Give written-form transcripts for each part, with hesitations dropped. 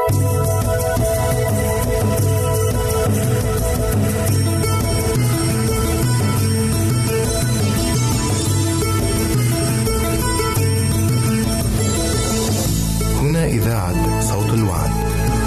هنا إذاعة صوت الوعد.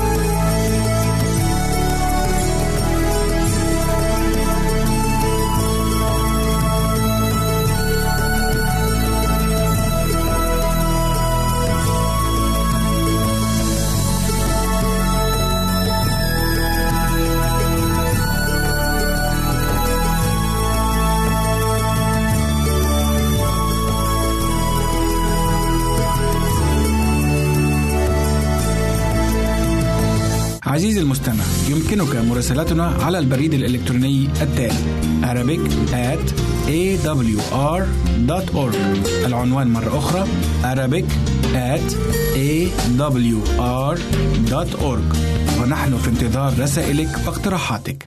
عزيزي المستمع، يمكنك مراسلتنا على البريد الإلكتروني التالي arabic@awr.org. العنوان مرة أخرى arabic@awr.org، ونحن في انتظار رسائلك واقتراحاتك.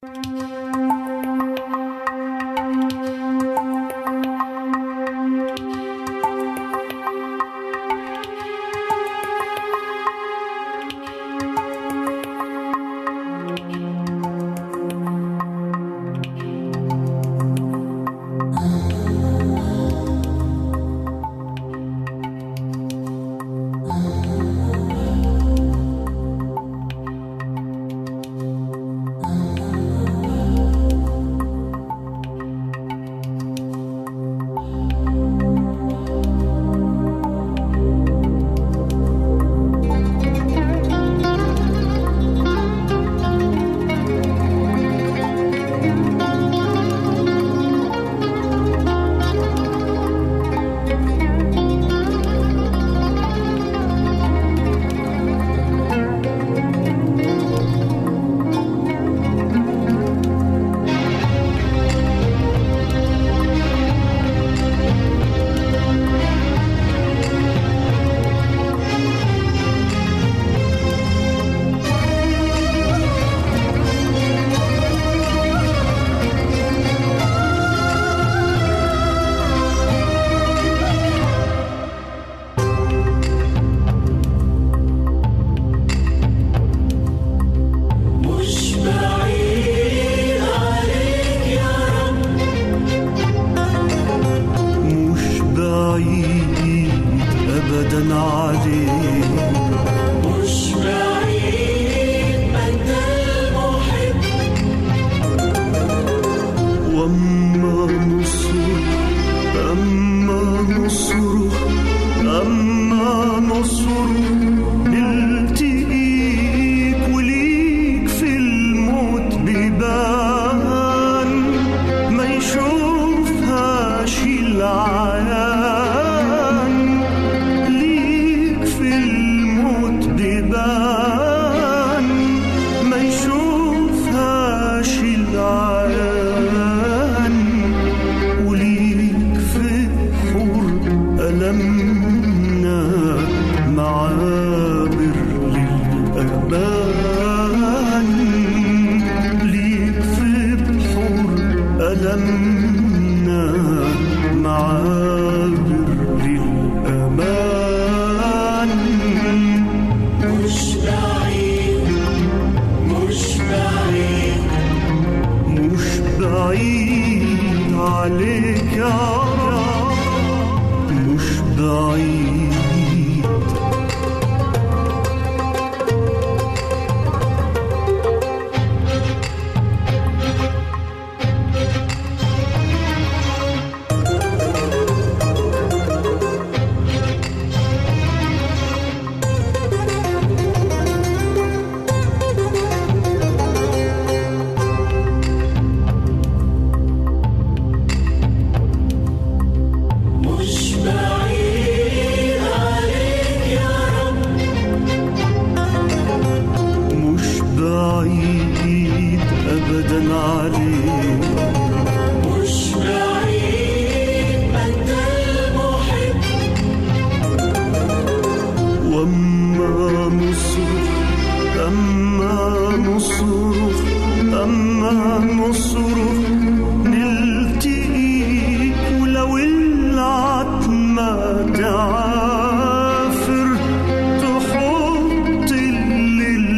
تعافر تحط اللي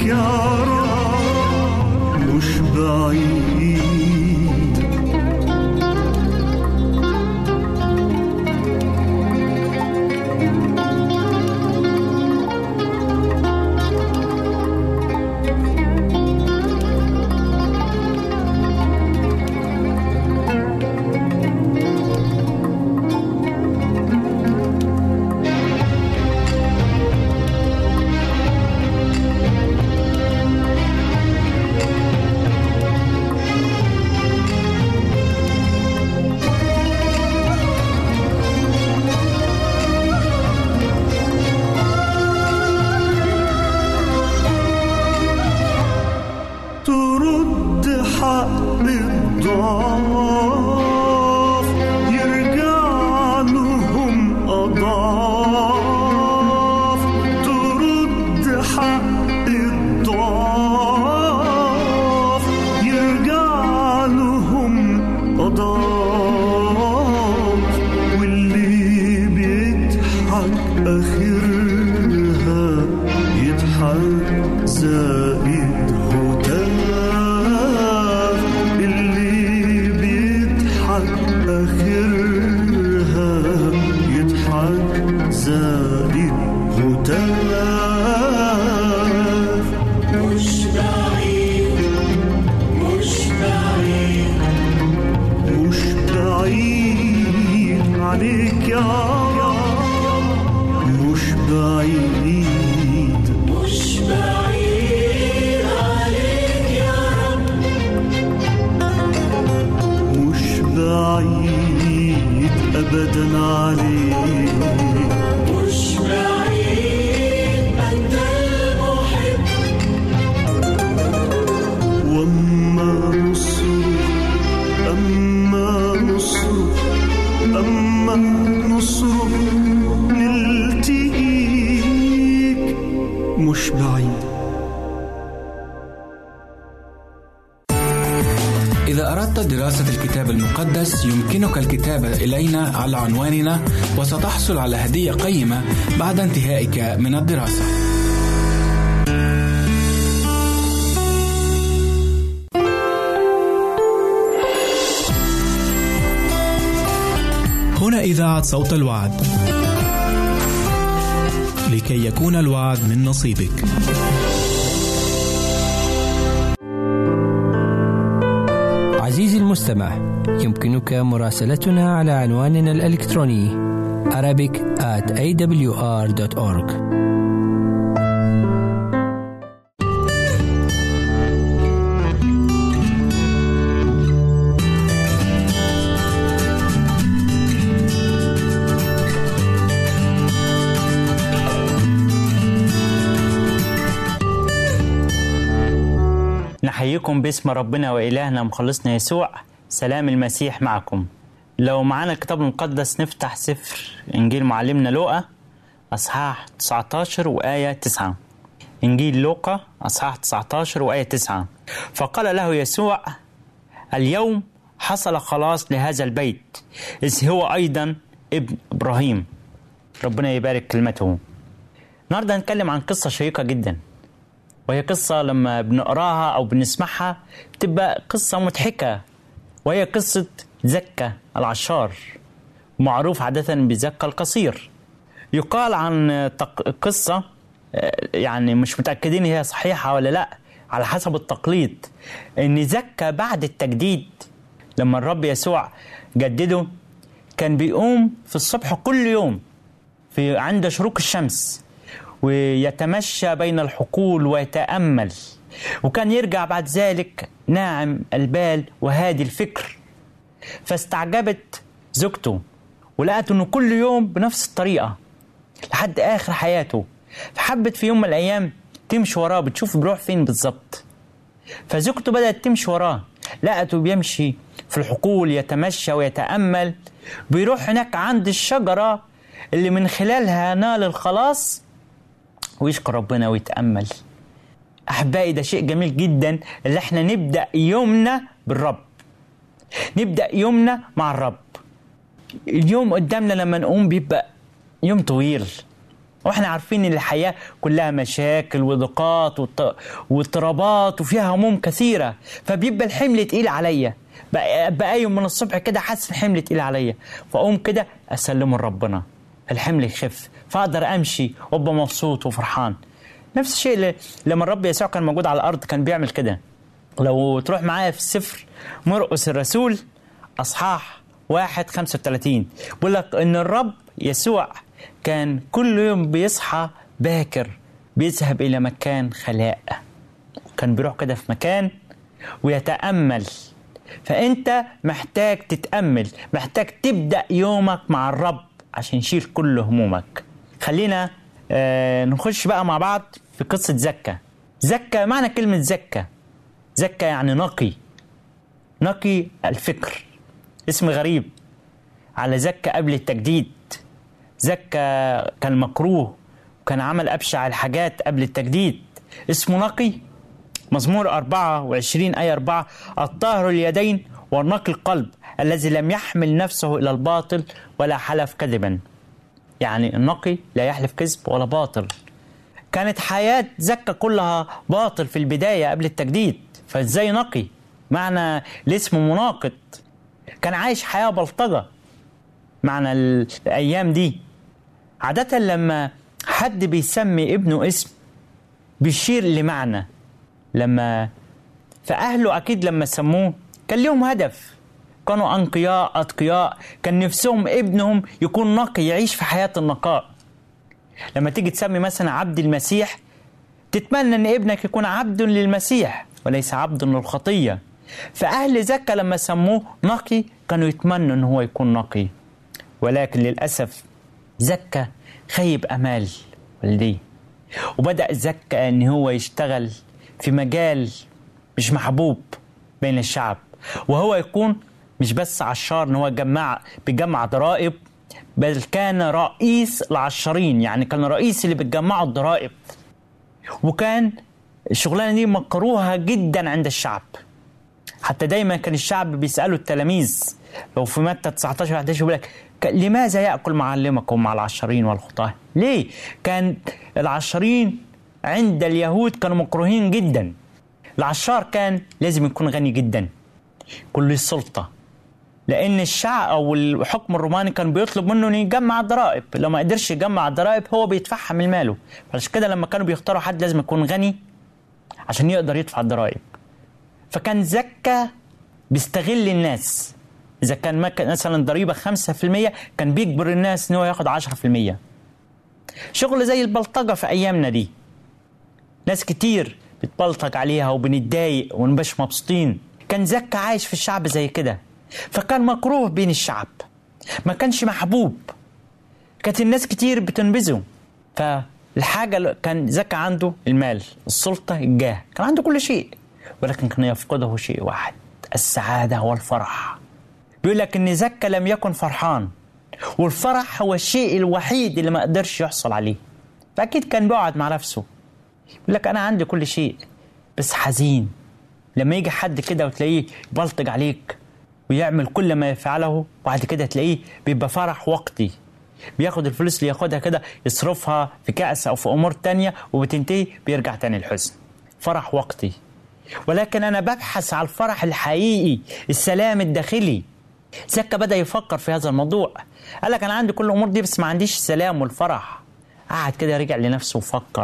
يا رب مش بعيد. إذا أردت دراسة الكتاب المقدس يمكنك الكتابة إلينا على عنواننا، وستحصل على هدية قيمة بعد انتهائك من الدراسة. هنا إذاعة صوت الوعد، لكي يكون الوعد من نصيبك. عزيزي المستمع، يمكنك مراسلتنا على عنواننا الإلكتروني arabic@awr.org. نحييكم باسم ربنا وإلهنا مخلصنا يسوع. سلام المسيح معكم. لو معنا الكتاب المقدس نفتح سفر إنجيل معلمنا لوقا أصحاح 19 وآية 9. إنجيل لوقا أصحاح 19 وآية 9. فقال له يسوع: اليوم حصل خلاص لهذا البيت، إذ هو أيضا ابن إبراهيم. ربنا يبارك كلمته. النهارده هنتكلم عن قصة شيقة جدا، وهي قصة لما بنقراها أو بنسمعها بتبقى قصة مضحكة، وهي قصة زكا العشار، معروف عادة بزكا القصير. يقال عن قصة يعني مش متأكدين هي صحيحة ولا لا، على حسب التقليد، إن زكا بعد التجديد لما الرب يسوع جدده كان بيقوم في الصبح كل يوم في عند شروق الشمس ويتمشى بين الحقول ويتأمل، وكان يرجع بعد ذلك ناعم البال وهادي الفكر. فاستعجبت زوجته ولقت انه كل يوم بنفس الطريقة لحد آخر حياته، فحبت في يوم من الأيام تمشي وراه، بتشوف بروح فين بالظبط. فزوجته بدأت تمشي وراه، لقته بيمشي في الحقول يتمشى ويتأمل، بيروح هناك عند الشجرة اللي من خلالها نال الخلاص ويشكر ربنا ويتأمل. أحبائي، ده شيء جميل جدا اللي احنا نبدأ يومنا بالرب، نبدأ يومنا مع الرب. اليوم قدامنا لما نقوم بيبقى يوم طويل، واحنا عارفين ان الحياة كلها مشاكل وضيقات واضطرابات وفيها هموم كثيرة، فبيبقى الحمل تقيل عليا، بقى يوم من الصبح كده حاسس الحمل تقيل عليا، فاقوم كده اسلمه لربنا، الحمل يخف، فاقدر امشي وابقى مبسوط وفرحان. نفس الشيء لما الرب يسوع كان موجود على الارض كان بيعمل كده. لو تروح معايا في سفر مرقس الرسول اصحاح 1:35 بيقول لك ان الرب يسوع كان كل يوم بيصحى باكر بيذهب الى مكان خلاء، كان بيروح كده في مكان ويتأمل. فانت محتاج تتأمل، محتاج تبدأ يومك مع الرب عشان يشيل كل همومك. خلينا نخش بقى مع بعض في قصة زكا. زكا معنى كلمة زكا يعني نقي الفكر، اسم غريب على زكا قبل التجديد. زكا كان مكروه وكان عمل أبشع الحاجات قبل التجديد، اسمه نقي. مزمور 24 آية 4 الطاهر اليدين والنقي القلب الذي لم يحمل نفسه إلى الباطل ولا حلف كذبا. يعني النقي لا يحلف كذب ولا باطل. كانت حياة زكا كلها باطل في البداية قبل التجديد، فازاي نقي؟ معنى الاسم مناقض. كان عايش حياة بلطجة معنى الأيام دي. عادة لما حد بيسمي ابنه اسم بيشير لمعنى، لما فأهله أكيد لما سموه كان لهم هدف، كانوا أنقياء أتقياء، كان نفسهم ابنهم يكون نقي يعيش في حياة النقاء. لما تيجي تسمي مثلا عبد المسيح تتمنى أن ابنك يكون عبد للمسيح وليس عبد للخطية. فأهل زكا لما سموه نقي كانوا يتمنوا أنه هو يكون نقي، ولكن للأسف زكا خيب أمال والديه، وبدأ زكا أن هو يشتغل في مجال مش محبوب بين الشعب، وهو يكون مش بس عشار، ان هو بيجمع ضرائب، بل كان رئيس العشارين، يعني كان رئيس اللي بتجمعوا الضرائب. وكان الشغلانه دي مكروهه جدا عند الشعب، حتى دايما كان الشعب بيسالوا التلاميذ. لو في متى 19:11 بيقول لك لماذا ياكل معلمكم مع العشارين والخطاه؟ ليه؟ كان العشارين عند اليهود كانوا مكروهين جدا. العشار كان لازم يكون غني جدا، كل السلطة، لأن الشعب أو الحكم الروماني كان بيطلب منه أن يجمع الضرائب. لو ما قدرش يجمع الضرائب هو بيدفعها من ماله. عشان كده لما كانوا بيختاروا حد لازم يكون غني عشان يقدر يدفع الضرائب. فكان زكا بيستغل الناس. إذا كان مثلا ضريبة 5% كان بيجبر الناس أنه ياخد 10%. شغل زي البلطجة في أيامنا دي، ناس كتير بتبلطج عليها وبنتضايق ونبقاش مبسوطين. كان زكا عايش في الشعب زي كده، فكان مكروه بين الشعب، ما كانش محبوب، كانت الناس كتير بتنبذه. فالحاجة كان زكا عنده المال، السلطة، الجاه، كان عنده كل شيء، ولكن كان يفقده شيء واحد، السعادة والفرح. بيقول لك ان زكا لم يكن فرحان، والفرح هو الشيء الوحيد اللي ما قدرش يحصل عليه. فأكيد كان بيقعد مع نفسه يقول لك أنا عندي كل شيء بس حزين. لما يجي حد كده وتلاقيه يبلطج عليك ويعمل كل ما يفعله، وبعد كده تلاقيه بيبقى فرح وقتي، بياخد الفلوس اللي ياخدها كده يصرفها في كأس أو في أمور تانية وبتنتهي بيرجع تاني الحزن. فرح وقتي. ولكن أنا ببحث على الفرح الحقيقي، السلام الداخلي. زكا بدأ يفكر في هذا الموضوع، قال لك أنا عندي كل الأمور دي بس ما عنديش السلام والفرح. قعد كده رجع لنفسه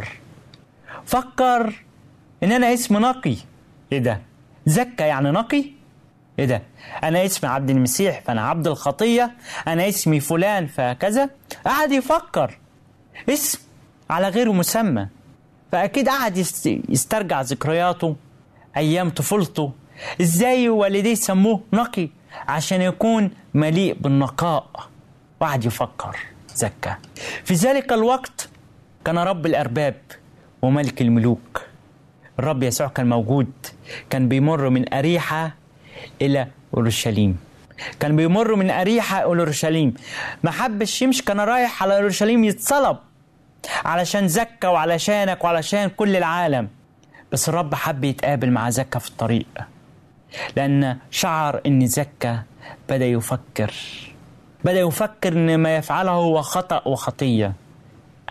وفكر إن أنا اسمي نقي. إيه ده؟ زكا يعني نقي؟ إيه ده؟ أنا اسمي عبد المسيح فأنا عبد الخطية، أنا اسمي فلان فكذا. قعد يفكر اسم على غير مسمى. فأكيد قعد يسترجع ذكرياته، أيام طفولته، إزاي والديه سموه نقي عشان يكون مليء بالنقاء. وقعد يفكر زكا. في ذلك الوقت كان رب الأرباب وملك الملوك الرب يسوع كان موجود، كان بيمر من أريحة إلى أورشليم. كان بيمر من أريحة إلى أورشليم، ما حبش يمشي، كان رايح على أورشليم يتصلب علشان زكا وعلشانك وعلشان كل العالم. بس الرب حب يتقابل مع زكا في الطريق، لأن شعر إن زكا بدأ يفكر إن ما يفعله هو خطأ وخطية.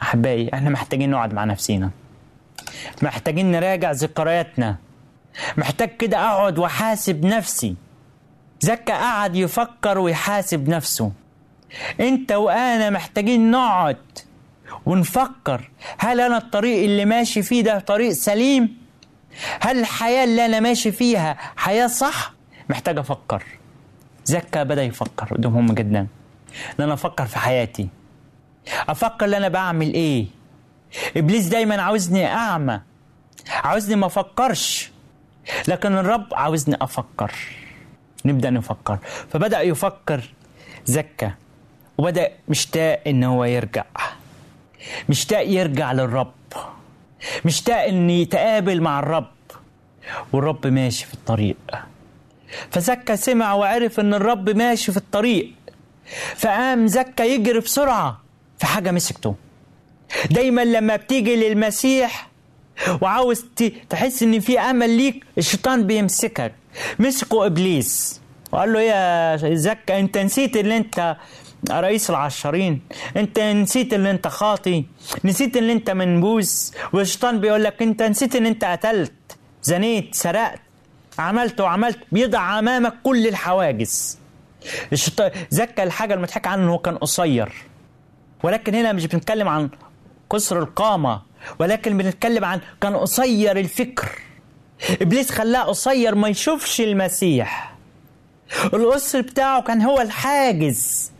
أحبائي احنا محتاجين نقعد مع نفسينا، محتاجين نراجع ذكرياتنا، محتاج كده أقعد وحاسب نفسي. زكا قعد يفكر ويحاسب نفسه. انت وأنا محتاجين نقعد ونفكر، هل أنا الطريق اللي ماشي فيه ده طريق سليم؟ هل الحياة اللي أنا ماشي فيها حياة صح؟ محتاج أفكر. زكا بدأ يفكر، وده مهم جدا إن أنا أفكر في حياتي، أفكر إن أنا بعمل إيه. إبليس دايما عاوزني أعمى، عاوزني ما أفكرش، لكن الرب عاوزني أفكر. نبدأ نفكر. فبدأ يفكر زكا، وبدأ مشتاق إن هو يرجع، مشتاق يرجع للرب، مشتاق إن يتقابل مع الرب، والرب ماشي في الطريق. فزكا سمع وعرف إن الرب ماشي في الطريق، فقام زكا يجري بسرعة في حاجة مسكته. دايما لما بتيجي للمسيح وعاوز تحس إن في أمل ليك، الشيطان بيمسكك. مسكه إبليس وقال له يا زكا، أنت نسيت اللي أنت رئيس العشرين، أنت نسيت اللي أنت خاطي، نسيت اللي أنت منبوذ. والشيطان بيقول لك أنت نسيت اللي أنت قتلت، زنيت، سرقت، عملت وعملت. بيضع أمامك كل الحواجز. زكا الحاجة المضحكة عنه هو كان قصير، ولكن هنا مش بنتكلم عن قصر القامة، ولكن بنتكلم عن كان قصير الفكر. إبليس خلاه قصير ما يشوفش المسيح. القصر بتاعه كان هو الحاجز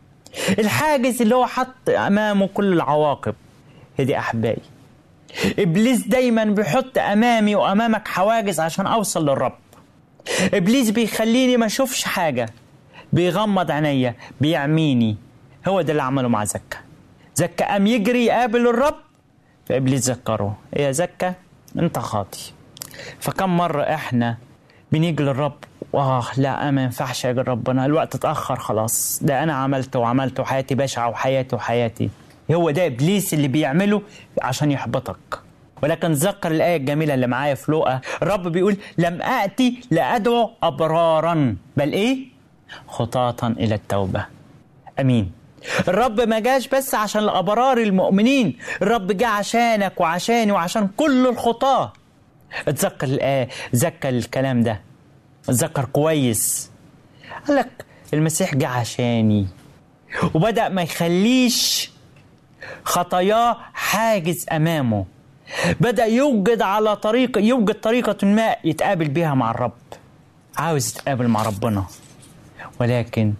اللي هو حط أمامه كل العواقب. هدي أحبائي، إبليس دايما بيحط أمامي وأمامك حواجز عشان أوصل للرب. إبليس بيخليني ما أشوفش حاجة، بيغمض عينيا، بيعميني. هو ده اللي عمله مع زكا. زكا قام يجري يقابل الرب، فإبليس ذكره يا زكا أنت خاطي. فكم مرة إحنا بنيجي للرب لا ما ينفعش أجي ربنا، الوقت اتأخر خلاص، ده أنا عملت وحياتي بشعة وحياتي. هو ده إبليس اللي بيعمله عشان يحبطك. ولكن ذكر الآية الجميلة اللي معايا في لوقا، الرب بيقول لم آتي لأدعو أبرارا بل خطاطا إلى التوبة. أمين. الرب ما جاش بس عشان الأبرار المؤمنين، الرب جاء عشانك وعشاني وعشان كل الخطاة. اتذكر الآية، ذكر الكلام ده، اتذكر كويس. قال لك المسيح جاء عشاني، وبدأ ما يخليش خطاياه حاجز أمامه. بدأ يوجد طريقة ما يتقابل بها مع الرب. عاوز يتقابل مع ربنا، ولكن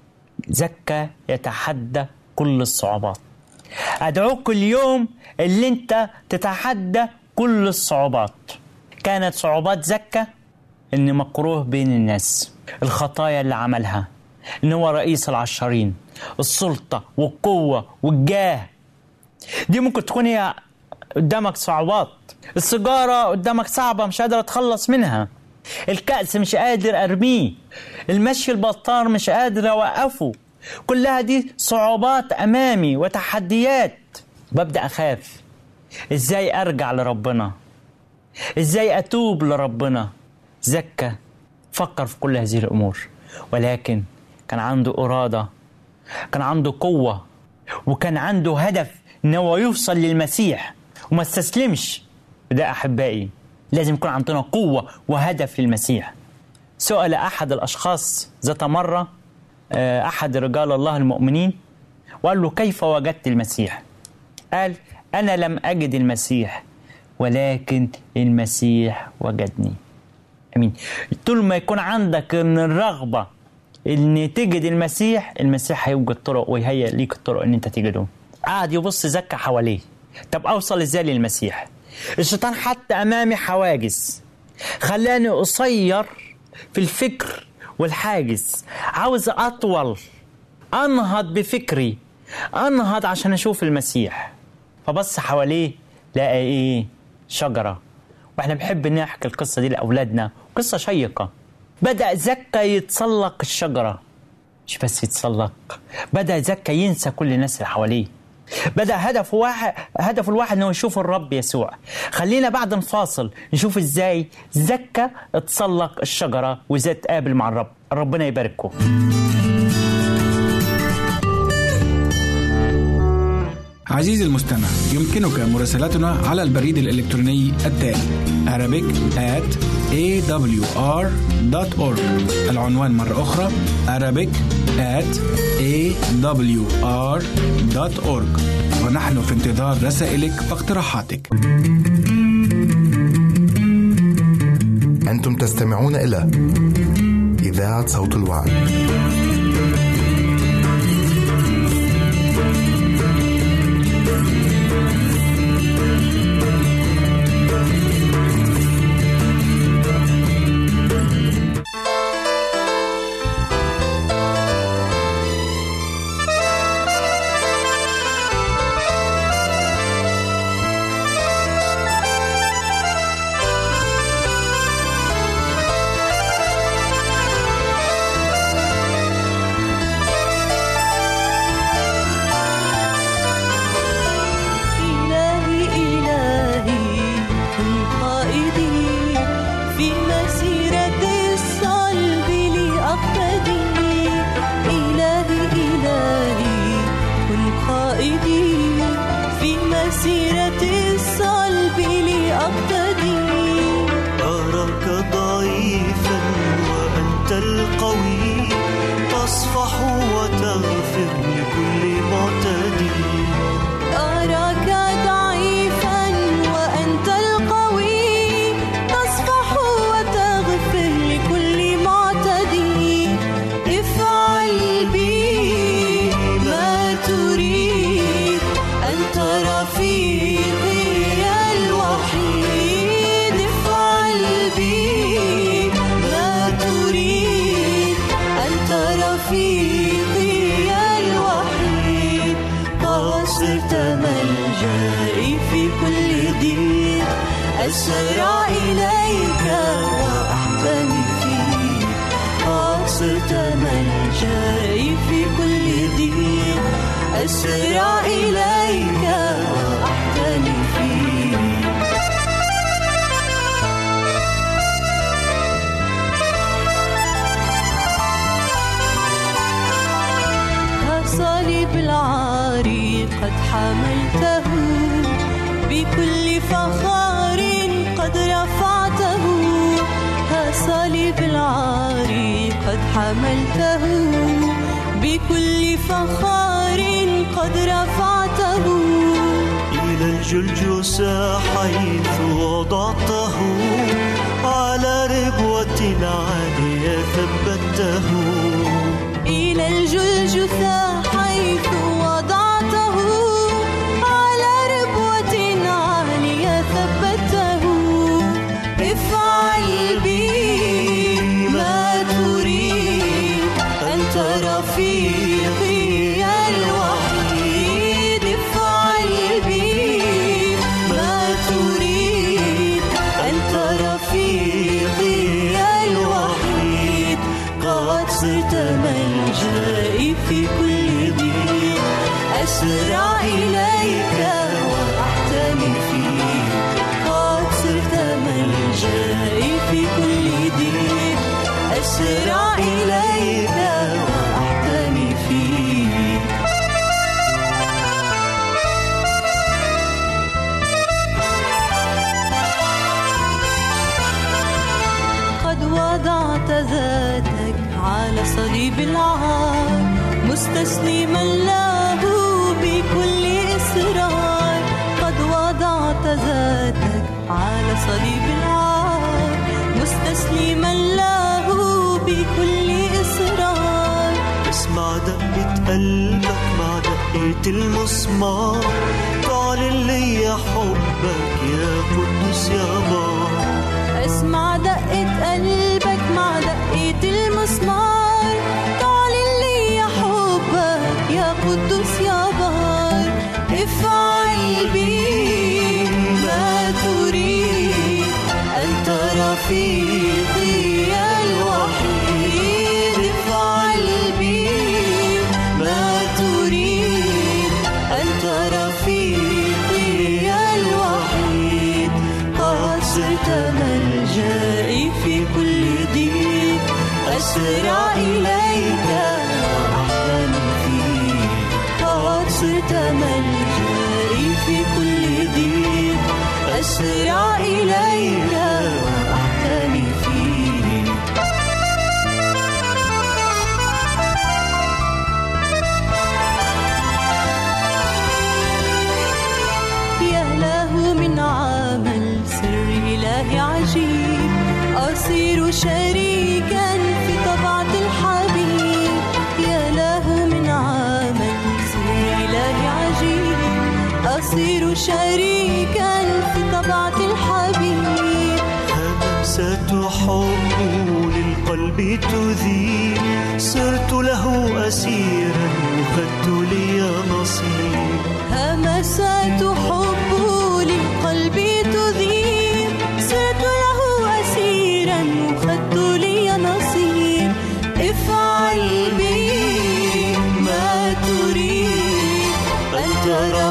زكا يتحدى كل الصعوبات. أدعوك اليوم اللي انت تتحدى كل الصعوبات. كانت صعوبات زكا ان مكروه بين الناس، الخطايا اللي عملها، ان هو رئيس العشرين، السلطة والقوة والجاه. دي ممكن تكون هي قدامك صعوبات. السيجارة قدامك صعبة مش قادر اتخلص منها، الكأس مش قادر ارميه، المشي البطار مش قادر اوقفه. كلها دي صعوبات امامي وتحديات. ببدأ اخاف ازاي ارجع لربنا، ازاي اتوب لربنا. زكا فكر في كل هذه الامور، ولكن كان عنده إرادة، كان عنده قوة، وكان عنده هدف ان هو يوصل للمسيح وما استسلمش. ده أحبائي لازم يكون عندنا قوة وهدف للمسيح. سؤال أحد الأشخاص ذات مرة أحد رجال الله المؤمنين، وقال له كيف وجدت المسيح؟ قال أنا لم أجد المسيح، ولكن المسيح وجدني. أمين. طول ما يكون عندك الرغبة ان تجد المسيح هيوجد طرق ويهيئ ليك الطرق ان انت تجده. قاعد يبص زكا حواليه، طب اوصل ازاي للمسيح؟ الشيطان حط امامي حواجز، خلاني قصير في الفكر والحاجز، عاوز اطول، انهض بفكري، انهض عشان اشوف المسيح. فبص حواليه لقى شجرة. واحنا بنحب نحكي القصة دي لأولادنا، قصة شيقة. بدأ زكا يتسلق الشجرة، مش بس يتسلق، بدأ زكا ينسى كل الناس اللي حواليه. بدأ هدف الواحد انه يشوف الرب يسوع. خلينا بعد نفاصل نشوف ازاي زكا اتسلق الشجرة وازاي تقابل مع الرب. ربنا يباركه. عزيزي المستمع، يمكنك مراسلتنا على البريد الإلكتروني التالي arabic@awr.org. العنوان مرة أخرى arabic@awr.org، ونحن في انتظار رسائلك واقتراحاتك. أنتم تستمعون إلى إذاعة صوت الوعد. أسرع إليك وأحتمي فيك، صرت ملجئي في كل ضيق. أسرع إليك وأحتمي فيك. صليب العاري قد حملته، بكل فخار قد رفعته. ها صليب العاري قد حملته، بكل فخار قد رفعته. إلى الجلجثة حيث وضعته، على ربوة عالية ثبته. إلى الجلجثة حيث وضعته، على ربوة عالية ثبته. افعل بي ما تريد، أنت رفيقي الوحيد. افعل بي ما تريد، أنت رفيقي الوحيد. قد صرت ملجئي في كل ضيق. أسرع إليك وأحتمي فيك. قد صرت ملجئي في كل ضيق. أسرع إليك وأحتمي فيك. قد وضعت ذاتك على صليب العار، مستسلما له بكل إصرار. قد وضعت ذاتك على صليب العار، مستسلما له بكل إصرار. اسمع دقة قلبك مع دقة المسمار، تعلن لي حبك يا قدوس يا بار. اسمع دقة قلبك مع دقة المسمار، تعلن لي حبك يا قدوس يا بار. افعل بي ما تريد، أنت رفيقي الوحيد. افعل بي ما تريد، أنت رفيقي الوحيد. قد صرت ملجئي في كل ضيق. أسرع إليك وأحتمي فيك. قد صرت ملجئي أسرع إليك وأحتمي فيك. يا له من عمل سر إله عجيب، أصير شريكا في طبعة الحبيب. يا له من عمل سر إله عجيب، أصير شريكا في طبعة الحبيب. همسة حب للقلب تذيب، صرت له أسيرا وخدت لي نصيب. همسة حب للقلب تذيب، صرت له أسيرا وخدت لي نصيب. افعل بي ما تريد، أنت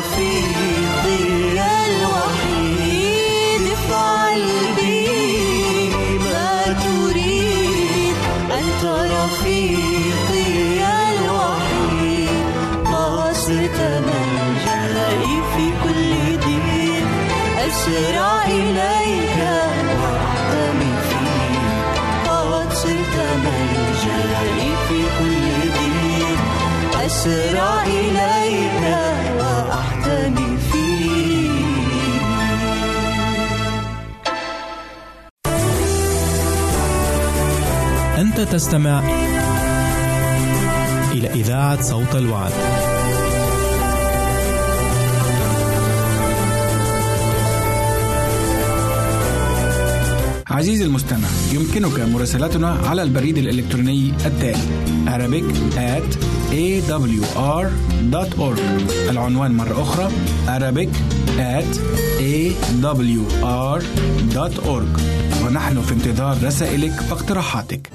رفيقي الوحيد. افعل بي ما تريد، أنت رفيقي الوحيد. ما صرت ملجأي في كل ضيق، أسرع إليك وأحتمي فيك. قد صرت ملجأي في كل ضيق، أسرع إليك وأحتمي فيك. أنت تستمع إلى إذاعة صوت الوعد. عزيزي المستمع، يمكنك مراسلتنا على البريد الإلكتروني التالي arabic@awr.org. العنوان مرة أخرى arabic@awr.org. ونحن في انتظار رسائلك واقتراحاتك.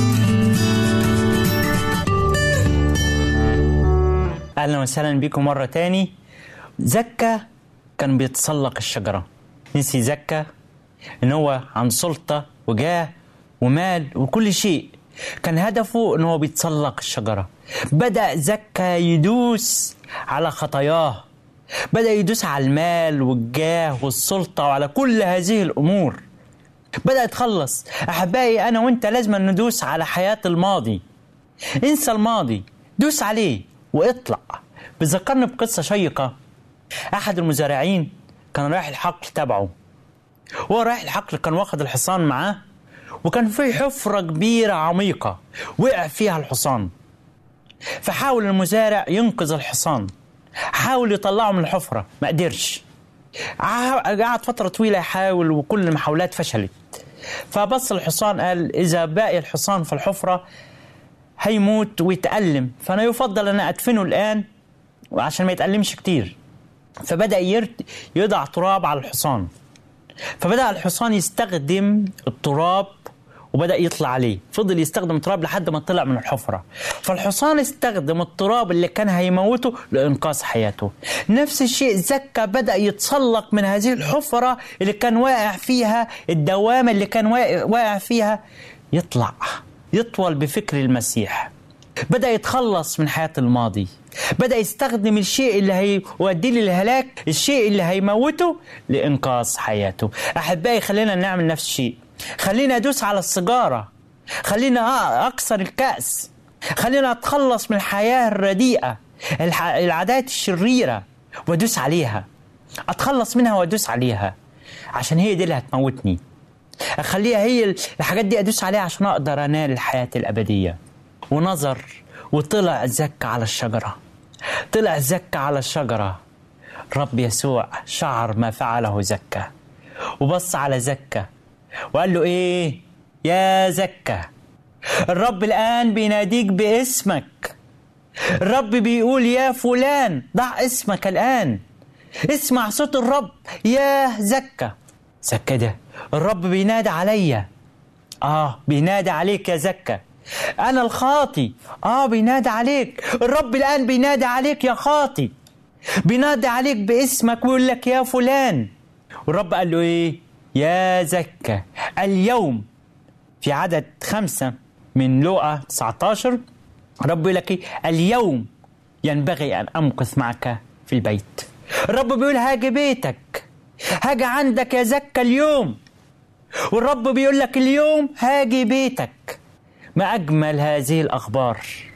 أهلا وسهلا بكم مرة تاني. زكا كان بيتسلق الشجرة. نسي زكا إن هو عن سلطة وجاه ومال وكل شيء. كان هدفه إن هو بيتسلق الشجرة. بدأ زكا يدوس على خطاياه، بدأ يدوس على المال والجاه والسلطة وعلى كل هذه الأمور. بدأ يتخلص. أحبائي، أنا وإنت لازم ندوس على حياة الماضي. انسى الماضي، دوس عليه واطلع. بذكرني بقصة شيقة. أحد المزارعين كان رايح الحقل تبعه، وهو رايح الحقل كان واخد الحصان معاه، وكان في حفرة كبيرة عميقة وقع فيها الحصان. فحاول المزارع ينقذ الحصان، حاول يطلعه من الحفرة، ما قدرش. قعد فترة طويلة يحاول وكل المحاولات فشلت. فبص الحصان قال إذا باقي الحصان في الحفرة هيموت ويتألم، فأنا يفضل أن أدفنه الآن عشان ما يتألمش كتير. فبدأ يضع تراب على الحصان. فبدأ الحصان يستخدم التراب وبدأ يطلع عليه. فضل يستخدم التراب لحد ما طلع من الحفرة. فالحصان استخدم التراب اللي كان هيموته لإنقاذ حياته. نفس الشيء زكا بدأ يتسلق من هذه الحفرة اللي كان واقع فيها، الدوامة اللي كان واقع فيها، يطول بفكر المسيح. بدأ يتخلص من حياة الماضي. بدأ يستخدم الشيء اللي هيوديه للهلاك، الشيء اللي هيموته، لإنقاذ حياته. أحبائي، خلينا نعمل نفس الشيء. خلينا أدوس على السيجارة، خلينا أكسر الكأس، خلينا أتخلص من الحياة الرديئة، العادات الشريرة، وأدوس عليها، أتخلص منها وأدوس عليها، عشان هي دي اللي هتموتني. أخليها هي الحاجات دي أدوس عليها عشان أقدر أنال الحياة الأبدية. ونظر وطلع زكا على الشجرة. طلع زكا على الشجرة. رب يسوع شعر ما فعله زكا، وبص على زكا وقال له إيه يا زكا، الرب الآن بيناديك باسمك. الرب بيقول يا فلان ضع اسمك الآن، اسمع صوت الرب يا زكا. زكا ده الرب بينادي عليا. بينادي عليك يا زكا. أنا الخاطي. بينادي عليك. الرب الآن بينادي عليك يا خاطي، بينادي عليك باسمك ويقول لك يا فلان. والرب قال له إيه يا زكا. اليوم في عدد 5 من لوقا 19 الرب يقول لك إيه؟ اليوم ينبغي أن أمكث معك في البيت. الرب بيقول هاجي بيتك، هاجي عندك يا زكا اليوم، والرب بيقول لك اليوم هاجي بيتك. ما أجمل هذه الأخبار.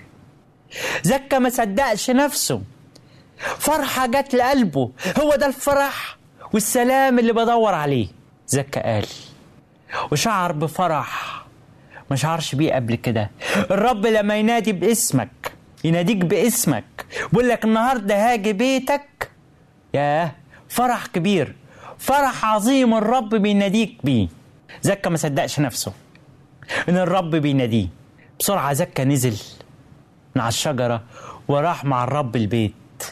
زكا ما صدقش نفسه، فرحة جت لقلبه، هو ده الفرح والسلام اللي بدور عليه. زكا قال وشعر بفرح ما شعرش بيه قبل كده. الرب لما ينادي باسمك، يناديك باسمك، بيقول لك النهارده هاجي بيتك، ياه فرح كبير، فرح عظيم الرب بيناديك بيه. زكا ما صدقش نفسه ان الرب بيناديه. بسرعة زكا نزل من على الشجرة وراح مع الرب البيت.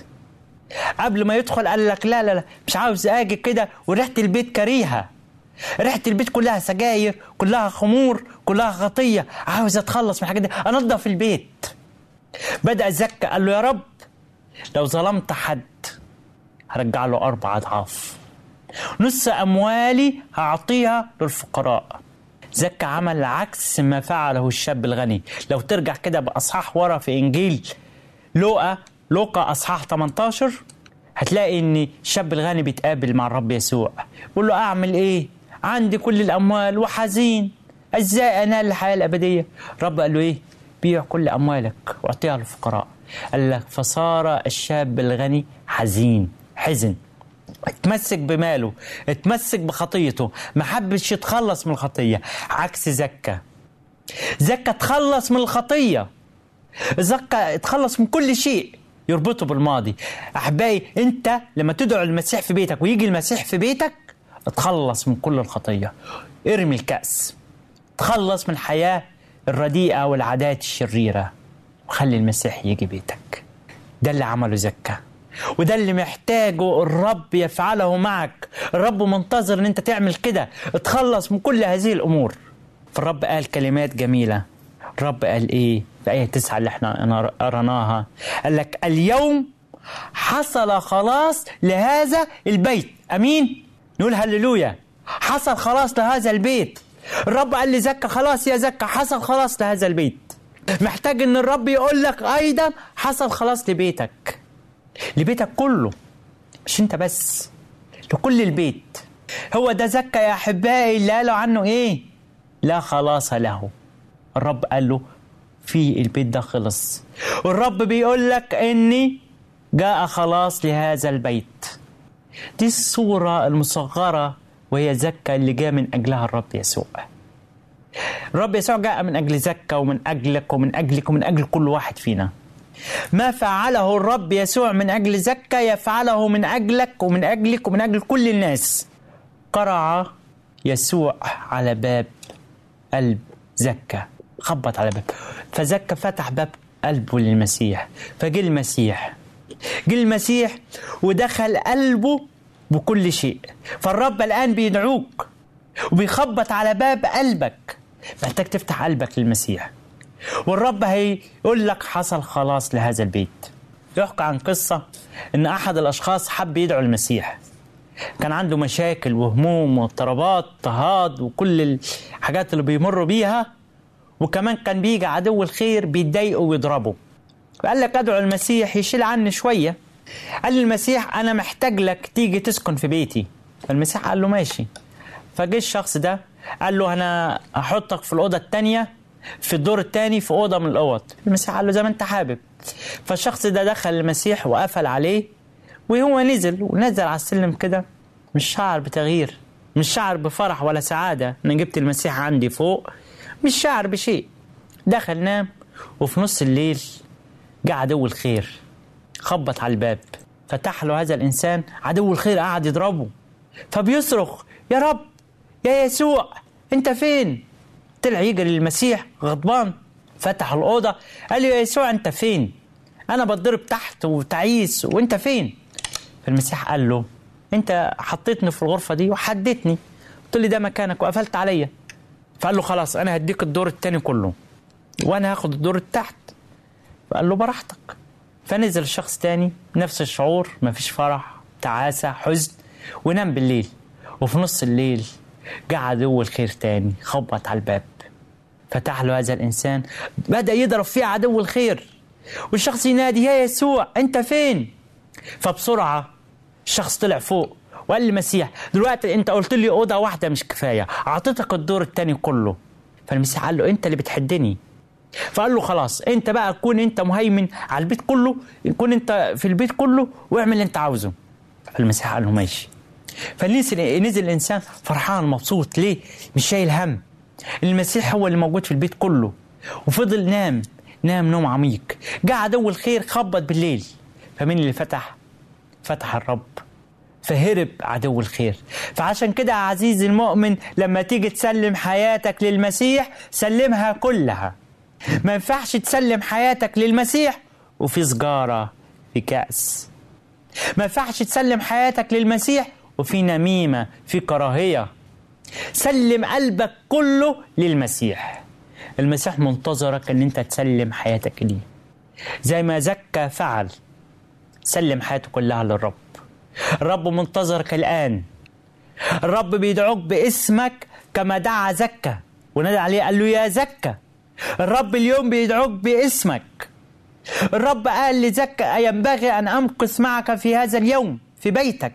قبل ما يدخل قال لك لا لا لا مش عاوز اجي كده، وريحة البيت كريهة، ريحة البيت كلها سجاير، كلها خمور، كلها خطية، عاوز اتخلص من الحاجات دي، انضف البيت. بدأ زكا قال له يا رب لو ظلمت حد هرجع له 4 أضعاف، نص أموالي هعطيها للفقراء. زكا عمل عكس ما فعله الشاب الغني. لو ترجع كده بأصحاح ورا في إنجيل لوقا أصحاح 18 هتلاقي إن الشاب الغني بيتقابل مع الرب يسوع، بيقول له أعمل إيه؟ عندي كل الأموال وحزين، إزاي أنال الحياة الأبدية؟ الرب قال له إيه؟ بيع كل أموالك واعطيها للفقراء. قال لك فصار الشاب الغني حزن، اتمسك بماله، اتمسك بخطيته، ما حبش يتخلص من الخطية. عكس زكا تخلص من الخطية، زكا اتخلص من كل شيء يربطه بالماضي. أحبائي أنت لما تدعو المسيح في بيتك ويجي المسيح في بيتك، اتخلص من كل الخطية، ارمي الكأس، تخلص من الحياة الرديئة والعادات الشريرة، وخلي المسيح يجي بيتك. ده اللي عمله زكا، وده اللي محتاجه الرب يفعله معك. الرب منتظر ان انت تعمل كده، اتخلص من كل هذه الامور. فالرب قال كلمات جميلة. الرب قال ايه في آية 9 اللي احنا قرناها؟ قال لك اليوم حصل خلاص لهذا البيت. امين، نقول هللويا. حصل خلاص لهذا البيت. الرب قال لزكا خلاص يا زكا حصل خلاص لهذا البيت. محتاج ان الرب يقول لك ايضا حصل خلاص لبيتك كله، مش انت بس، لكل البيت. هو ده زكا يا احبائي اللي قالوا عنه ايه؟ لا خلاص له. الرب قال له في البيت ده خلص. والرب بيقول لك اني جاء خلاص لهذا البيت. دي الصورة المصغرة وهي زكا اللي جاء من اجلها الرب يسوع. الرب يسوع جاء من اجل زكا ومن اجلك ومن اجلك ومن اجل كل واحد فينا. ما فعله الرب يسوع من أجل زكا يفعله من أجلك ومن أجلك ومن أجل كل الناس. قرع يسوع على باب قلب زكا، خبط على باب، فزكا فتح باب قلبه للمسيح. فجي المسيح ودخل قلبه بكل شيء. فالرب الآن بيدعوك وبيخبط على باب قلبك. محتاج تفتح قلبك للمسيح، والرب هيقول لك حصل خلاص لهذا البيت. يحكى عن قصة ان احد الاشخاص حب يدعو المسيح، كان عنده مشاكل وهموم واضطرابات اضطهاد وكل الحاجات اللي بيمروا بيها، وكمان كان بيجي عدو الخير بيتضايقه ويضربه. فقال لك ادعو المسيح يشيل عني شوية. قال المسيح انا محتاج لك تيجي تسكن في بيتي. فالمسيح قال له ماشي. فجي الشخص ده قال له انا هحطك في الأوضة التانية في الدور الثاني في أوضة من الأوض. المسيح قال له زي ما أنت حابب. فالشخص ده دخل المسيح وقفل عليه، وهو نزل على السلم كده، مش شعر بتغيير، مش شعر بفرح ولا سعادة أنا جبت المسيح عندي فوق، مش شعر بشيء. دخل نام، وفي نص الليل جاء عدو الخير خبط على الباب. فتح له هذا الإنسان، عدو الخير قاعد يضربه، فبيصرخ يا رب يا يسوع أنت فين؟ طلع يجري للمسيح غضبان. فتح الأوضة قال له يا يسوع أنت فين؟ أنا بتضرب تحت وتعيس وأنت فين؟ فالمسيح قال له أنت حطيتني في الغرفة دي وحدتني، قلت لي ده مكانك وقفلت عليا. فقال له خلاص أنا هديك الدور التاني كله وأنا هاخد الدور التحت. فقال له براحتك. فنزل الشخص تاني نفس الشعور، مفيش فرح، تعاسة، حزن، ونام بالليل. وفي نص الليل جاء عدو الخير تاني خبط على الباب. فتح له هذا الإنسان، بدأ يضرب فيه عدو الخير، والشخص ينادي يا يسوع أنت فين؟ فبسرعة الشخص طلع فوق وقال للمسيح دلوقتي انت قلت لي اوضه واحده مش كفايه، اعطيتك الدور الثاني كله. فالمسيح قال له انت اللي بتحدني. فقال له خلاص انت بقى كون انت مهيمن على البيت كله، كون انت في البيت كله واعمل اللي انت عاوزه. فالمسيح قال له ماشي. فنزل الانسان فرحان مبسوط. ليه؟ مش شايل هم. المسيح هو اللي موجود في البيت كله. وفضل نام نوم عميق. جاء عدو الخير خبط بالليل، فمين اللي فتح الرب، فهرب عدو الخير. فعشان كده يا عزيزي المؤمن لما تيجي تسلم حياتك للمسيح سلمها كلها. ما ينفعش تسلم حياتك للمسيح وفي سجارة في كأس. ما ينفعش تسلم حياتك للمسيح وفي نميمة في كراهية. سلم قلبك كله للمسيح. المسيح منتظرك ان انت تسلم حياتك ليه زي ما زكى فعل، سلم حياته كلها للرب. الرب منتظرك الآن. الرب بيدعوك باسمك كما دعا زكى ونادى عليه قال له يا زكى. الرب اليوم بيدعوك باسمك. الرب قال لزكى ينبغي أن أمكث معك في هذا اليوم في بيتك.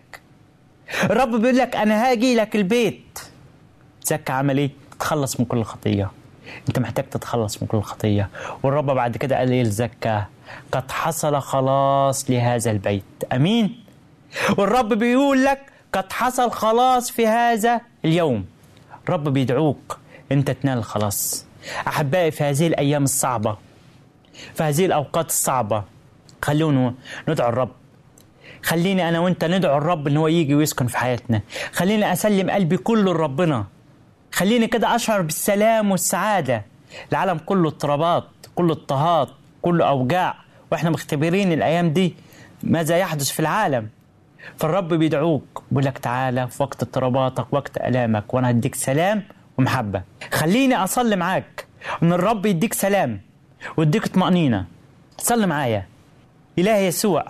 الرب بيقول لك أنا هاجي لك البيت. زكى عمل إيه؟ تتخلص من كل خطية. أنت محتاج تتخلص من كل خطية. والرب بعد كده قال إيه لزكى؟ قد حصل خلاص لهذا البيت. أمين. والرب بيقول لك قد حصل خلاص في هذا اليوم. الرب بيدعوك أنت تنال الخلاص. أحبائي في هذه الأيام الصعبة، في هذه الأوقات الصعبة، خلونا ندعو الرب. خليني أنا وأنت ندعو الرب إن هو يجي ويسكن في حياتنا. خليني أسلم قلبي كله لربنا. خليني كده أشعر بالسلام والسعادة. العالم كله اضطرابات، كله اضطهاد، كله أوجاع، وإحنا مختبرين الأيام دي ماذا يحدث في العالم. فالرب بيدعوك بيقول لك تعالى في وقت اضطراباتك وقت ألامك وأنا هديك سلام ومحبة. خليني أصلي معاك إن الرب يديك سلام ويديك طمأنينة. صلي معايا. إلهي يسوع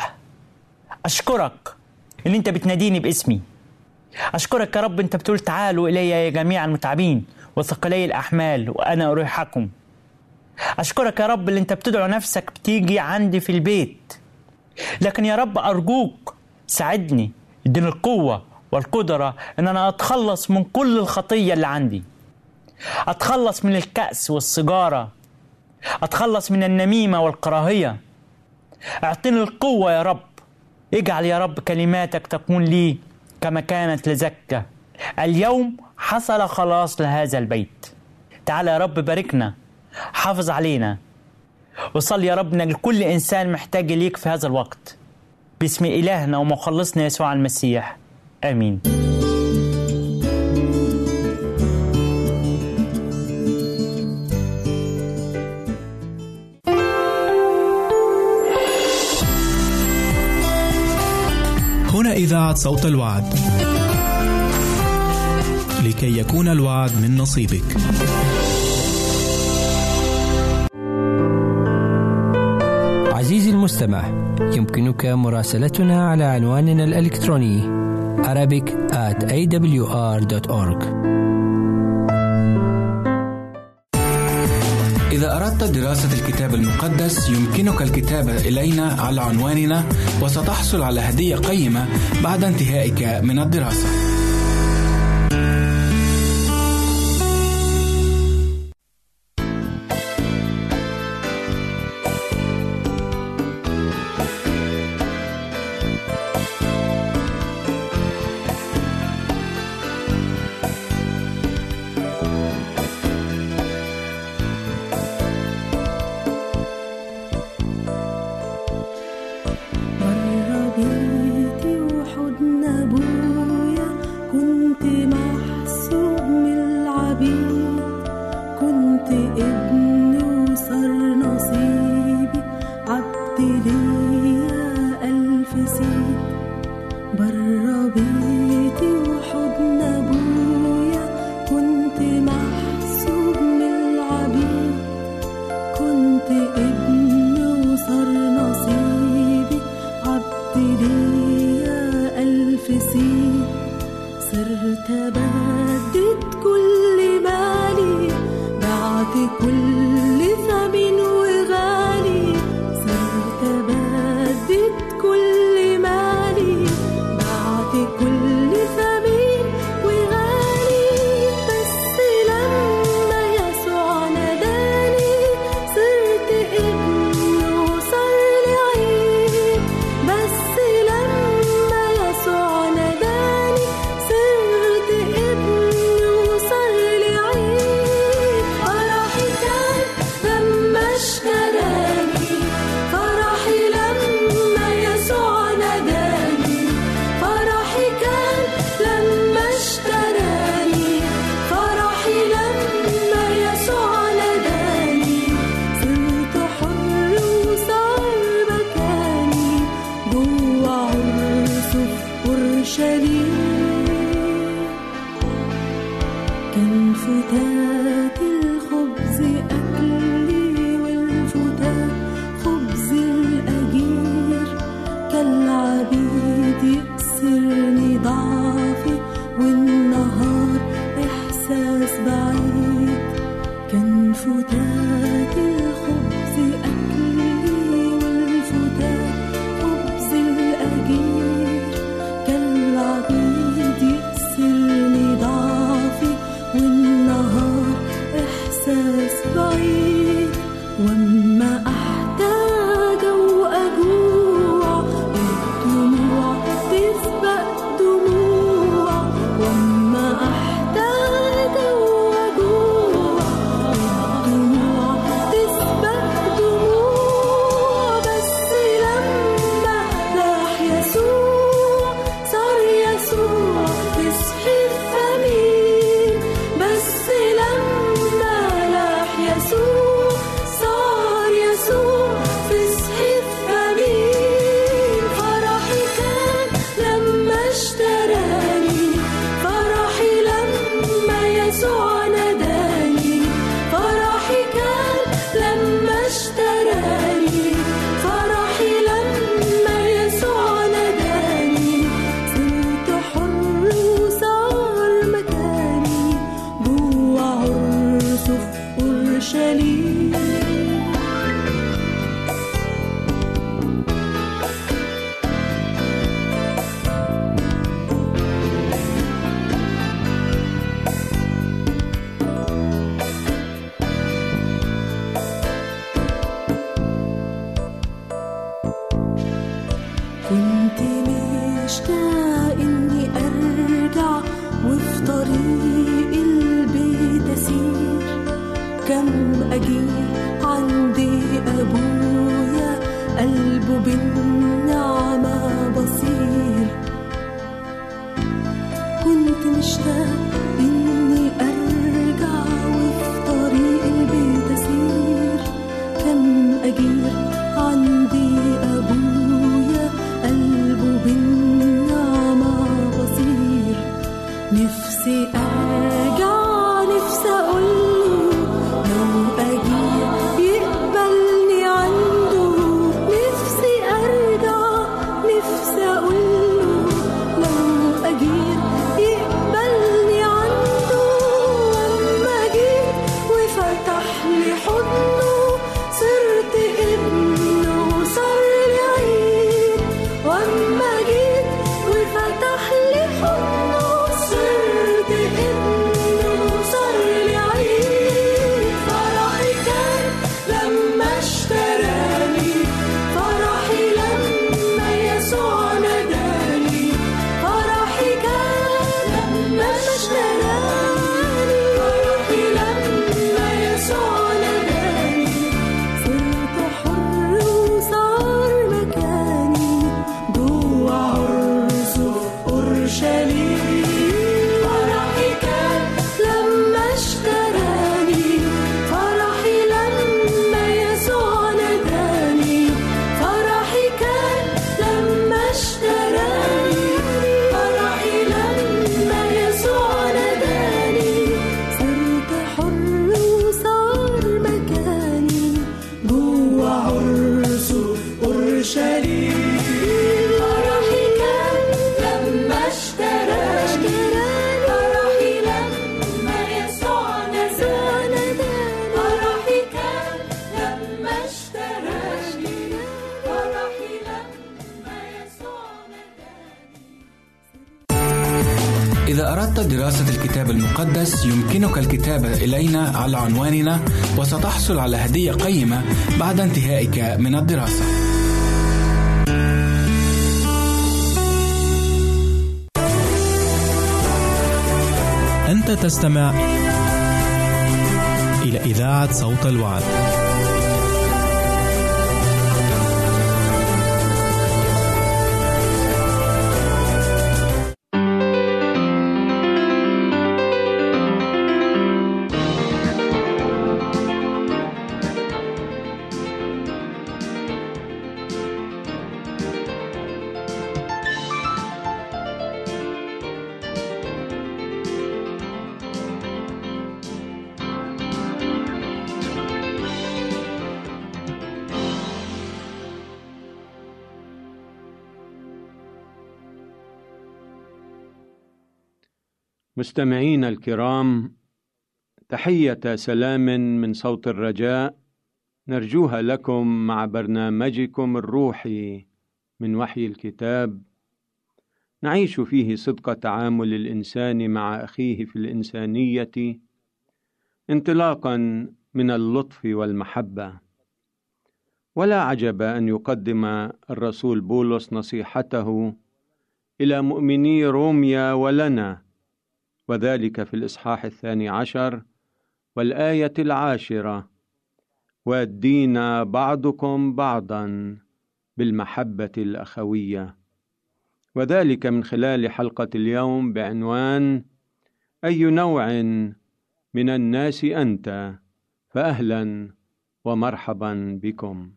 أشكرك إن أنت بتناديني باسمي. أشكرك يا رب أنت بتقول تعالوا إلي يا جميع المتعبين وثقلي الأحمال وأنا أريحكم. أشكرك يا رب اللي أنت بتدعو نفسك بتيجي عندي في البيت. لكن يا رب أرجوك ساعدني، اديني القوة والقدرة ان انا اتخلص من كل الخطية اللي عندي، اتخلص من الكأس والسجارة، اتخلص من النميمة والكراهية. اعطيني القوة يا رب. اجعل يا رب كلماتك تكون لي كما كانت لزكى. اليوم حصل خلاص لهذا البيت. تعالى يا رب باركنا، حافظ علينا، وصل يا رب ان كل انسان محتاج ليك في هذا الوقت. باسم إلهنا ومخلصنا يسوع المسيح، آمين. هنا إذاعة صوت الوعد، لكي يكون الوعد من نصيبك. عزيزي المستمع، يمكنك مراسلتنا على عنواننا الإلكتروني arabic@awr.org. إذا أردت دراسة الكتاب المقدس يمكنك الكتابة إلينا على عنواننا وستحصل على هدية قيمة بعد انتهائك من الدراسة. بدت كل مالي، بعت كل ثمن فتات الخبز أكلي والفتات خبز الأجير كالعبيد يكسرني ضعفي والنهار إحساس بعيد كان فتات الخبز أكلي والفتات خبز الأجير كالعبيد يكسرني ضعفي والنهار إحساس بعيد وأما أحتاج وأجوع الدموع تسبق دموع وأما أحتاج وأجوع الدموع تسبق دموع بس لما راح يسوع صار يسوع يصحي الثمين بس لما راح يسوع صار يسوع يصحي الثمين فرحي كان لما اشتراني فرحي لما يسوع ناداني فرحي كان لما اشتراني فرحي لما يسوع ناداني صرت حر وصار مكاني جوا عرسه في أورشليم كنت مشتاق إني أرجع وفي طريق البيت أسير كم أجير عندي أبويا قلبه بالنعمة بصير كنت مشتاق إني أرجع وفي طريق البيت أسير كم أجير عندي أبويا قلبه بالنعمة بصير نفسي أرجع نفسي أقوله لو أجير يقبلني عنده نفسي أرجع نفسي أقوله لو أجير يقبلني عنده وأما جيت وفتح لي حضنه صرت ابنه صار لي عيد وأما جيت وفتح لي حضنه صرت ابنه صار لي عيد فرحي كان لما اشتراني فرحي لما يسوع ناداني فرحي كان لما اشتراني فرحي لما يسوع ناداني صرت حر وصار مكاني جوا عرسه في أورشليم فرحي كان لما اشتراني فرحي لما يسوع ناداني فرحي كان لما اشتراني فرحي لما يسوع ناداني صرت حر وصار مكاني جوا عرسه في أورشليم فرحي كان لما اشتراني فرحي لما يسوع ناداني فرحي كان لما اشتراني فرحي لما يسوع ناداني. إذا أردت دراسة الكتاب المقدس يمكنك الكتابة إلينا على عنواننا وستحصل على هدية قيمة بعد انتهائك من الدراسة. أنت تستمع إلى إذاعة صوت الوعد. مستمعين الكرام، تحية سلام من صوت الرجاء نرجوها لكم مع برنامجكم الروحي من وحي الكتاب، نعيش فيه صدق تعامل الإنسان مع أخيه في الإنسانية انطلاقا من اللطف والمحبة. ولا عجب أن يقدم الرسول بولس نصيحته إلى مؤمني روميا ولنا، وذلك في الإصحاح 12 والآية 10: وادين بعضكم بعضا بالمحبة الأخوية، وذلك من خلال حلقة اليوم بعنوان أي نوع من الناس أنت؟ فأهلا ومرحبا بكم.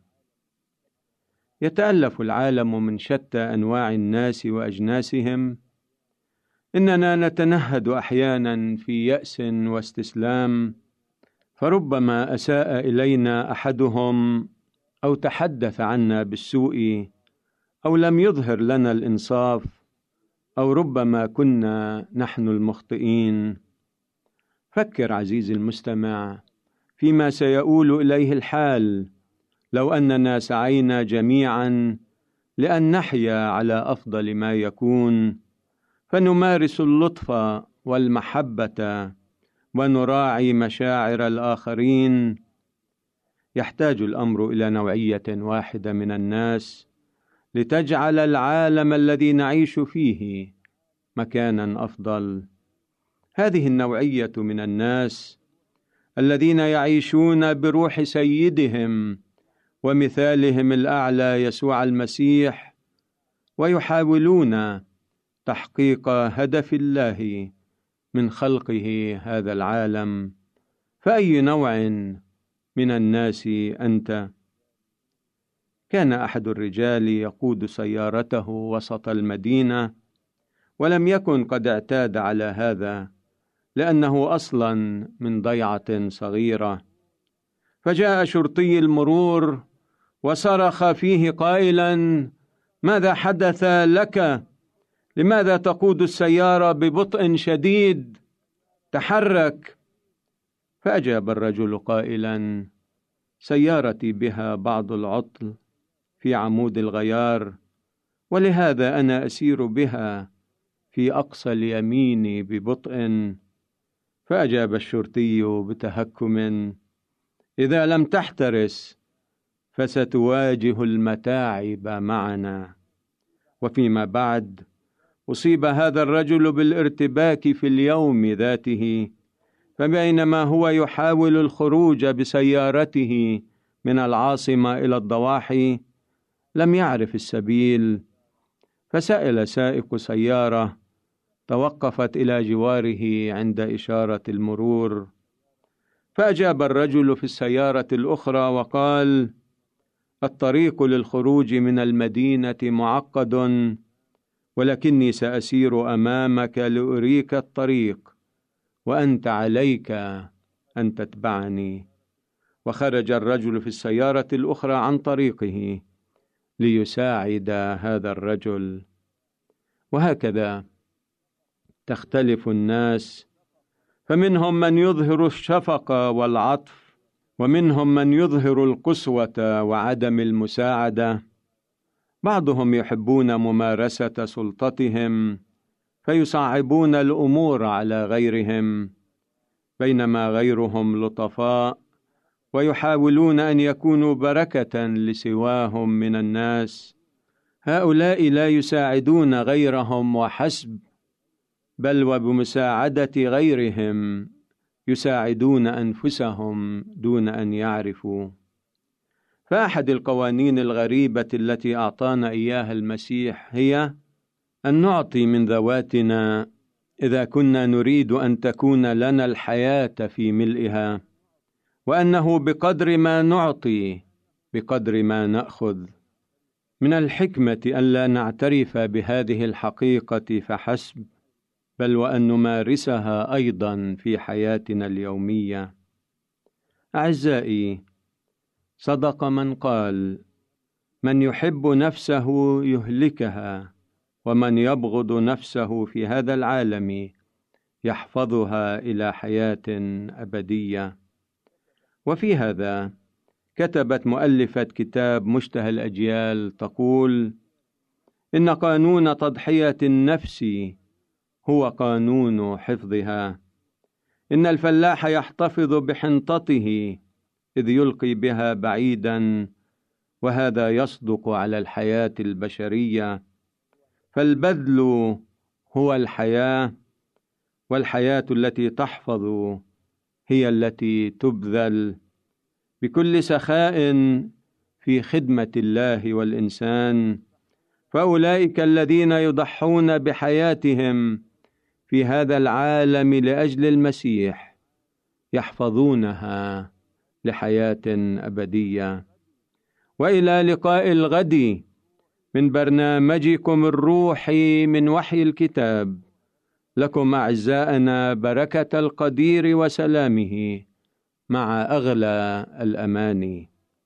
يتألف العالم من شتى أنواع الناس وأجناسهم، إننا نتنهد أحيانا في يأس واستسلام، فربما أساء إلينا أحدهم أو تحدث عنا بالسوء أو لم يظهر لنا الإنصاف، أو ربما كنا نحن المخطئين. فكر عزيزي المستمع فيما سيؤول إليه الحال لو أننا سعينا جميعا لأن نحيا على أفضل ما يكون، فنمارس اللطف والمحبة ونراعي مشاعر الآخرين. يحتاج الأمر إلى نوعية واحدة من الناس لتجعل العالم الذي نعيش فيه مكانا أفضل. هذه النوعية من الناس الذين يعيشون بروح سيدهم ومثالهم الأعلى يسوع المسيح، ويحاولون تحقيق هدف الله من خلقه هذا العالم. فأي نوع من الناس أنت؟ كان أحد الرجال يقود سيارته وسط المدينة، ولم يكن قد اعتاد على هذا لأنه أصلا من ضيعة صغيرة، فجاء شرطي المرور وصرخ فيه قائلا: ماذا حدث لك؟ لماذا تقود السيارة ببطء شديد؟ تحرك. فأجاب الرجل قائلا: سيارتي بها بعض العطل في عمود الغيار، ولهذا أنا أسير بها في أقصى اليمين ببطء. فأجاب الشرطي بتهكم: إذا لم تحترس فستواجه المتاعب معنا. وفيما بعد أصيب هذا الرجل بالارتباك في اليوم ذاته، فبينما هو يحاول الخروج بسيارته من العاصمة إلى الضواحي لم يعرف السبيل، فسأل سائق سيارة توقفت إلى جواره عند إشارة المرور. فأجاب الرجل في السيارة الأخرى وقال: الطريق للخروج من المدينة معقد، ولكني سأسير أمامك لأريك الطريق، وأنت عليك أن تتبعني. وخرج الرجل في السيارة الأخرى عن طريقه ليساعد هذا الرجل. وهكذا تختلف الناس، فمنهم من يظهر الشفقة والعطف، ومنهم من يظهر القسوة وعدم المساعدة. بعضهم يحبون ممارسة سلطتهم فيصعبون الأمور على غيرهم، بينما غيرهم لطفاء ويحاولون أن يكونوا بركة لسواهم من الناس. هؤلاء لا يساعدون غيرهم وحسب، بل وبمساعدة غيرهم يساعدون أنفسهم دون أن يعرفوا. فأحد القوانين الغريبة التي أعطانا إياها المسيح هي أن نعطي من ذواتنا إذا كنا نريد أن تكون لنا الحياة في ملئها، وأنه بقدر ما نعطي بقدر ما نأخذ. من الحكمة ألا نعترف بهذه الحقيقة فحسب، بل وأن نمارسها أيضا في حياتنا اليومية. أعزائي، صدق من قال: من يحب نفسه يهلكها، ومن يبغض نفسه في هذا العالم يحفظها إلى حياة أبدية. وفي هذا كتبت مؤلفة كتاب مشتهى الأجيال تقول: إن قانون تضحية النفس هو قانون حفظها. إن الفلاح يحتفظ بحنطته إذ يلقي بها بعيدا، وهذا يصدق على الحياة البشرية، فالبذل هو الحياة، والحياة التي تحفظ هي التي تبذل بكل سخاء في خدمة الله والإنسان. فأولئك الذين يضحون بحياتهم في هذا العالم لأجل المسيح يحفظونها لحياة أبدية. وإلى لقاء الغد من برنامجكم الروحي من وحي الكتاب. لكم أعزائنا بركة القدير وسلامه مع أغلى الأماني.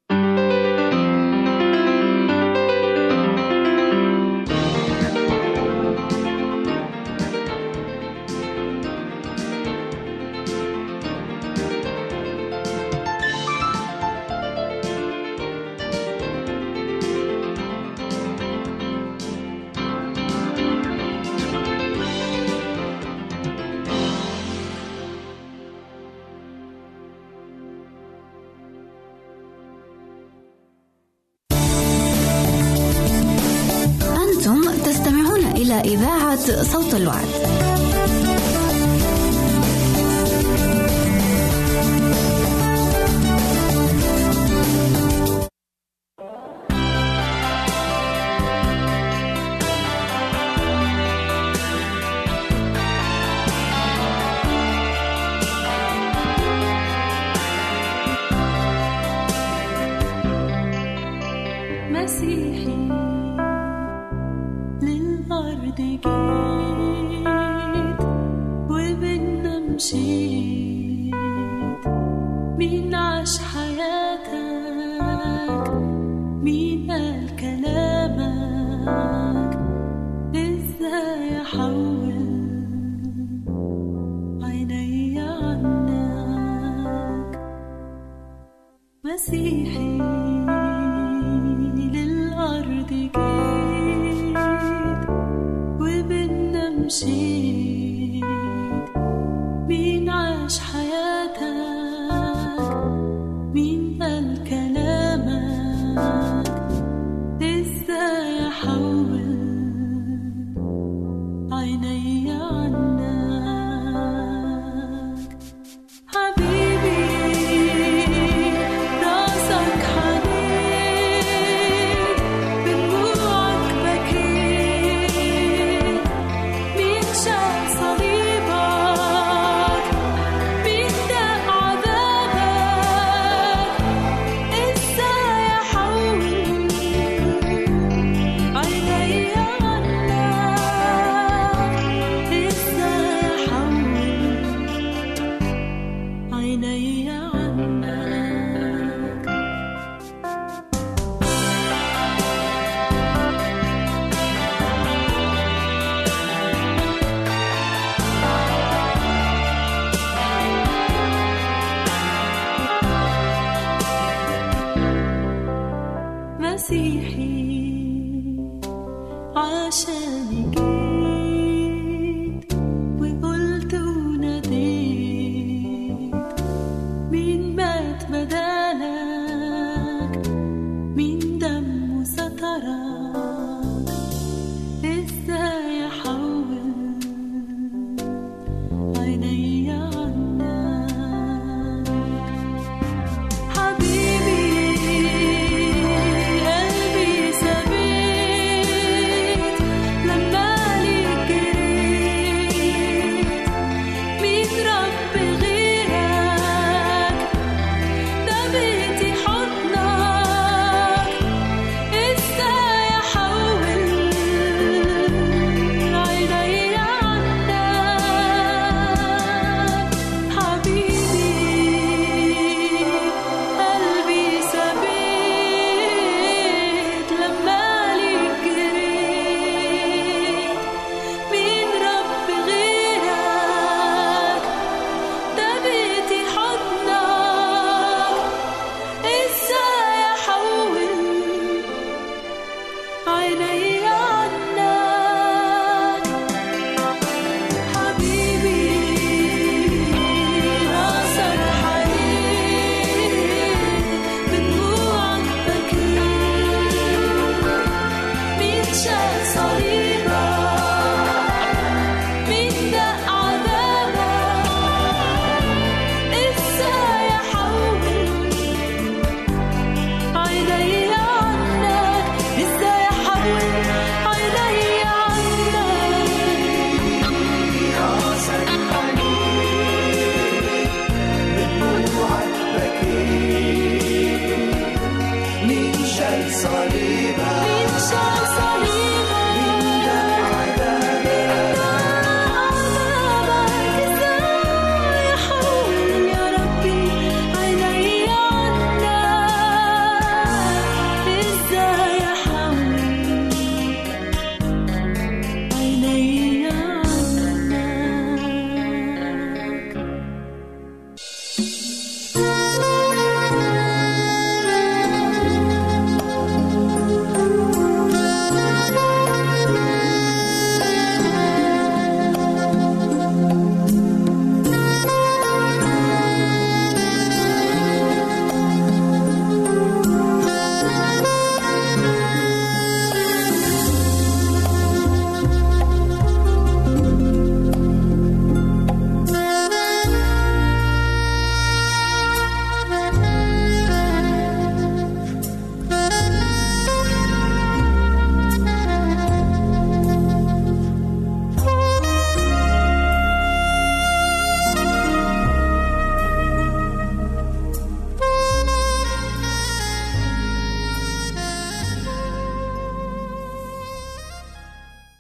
إذاعة صوت الوعد. عيني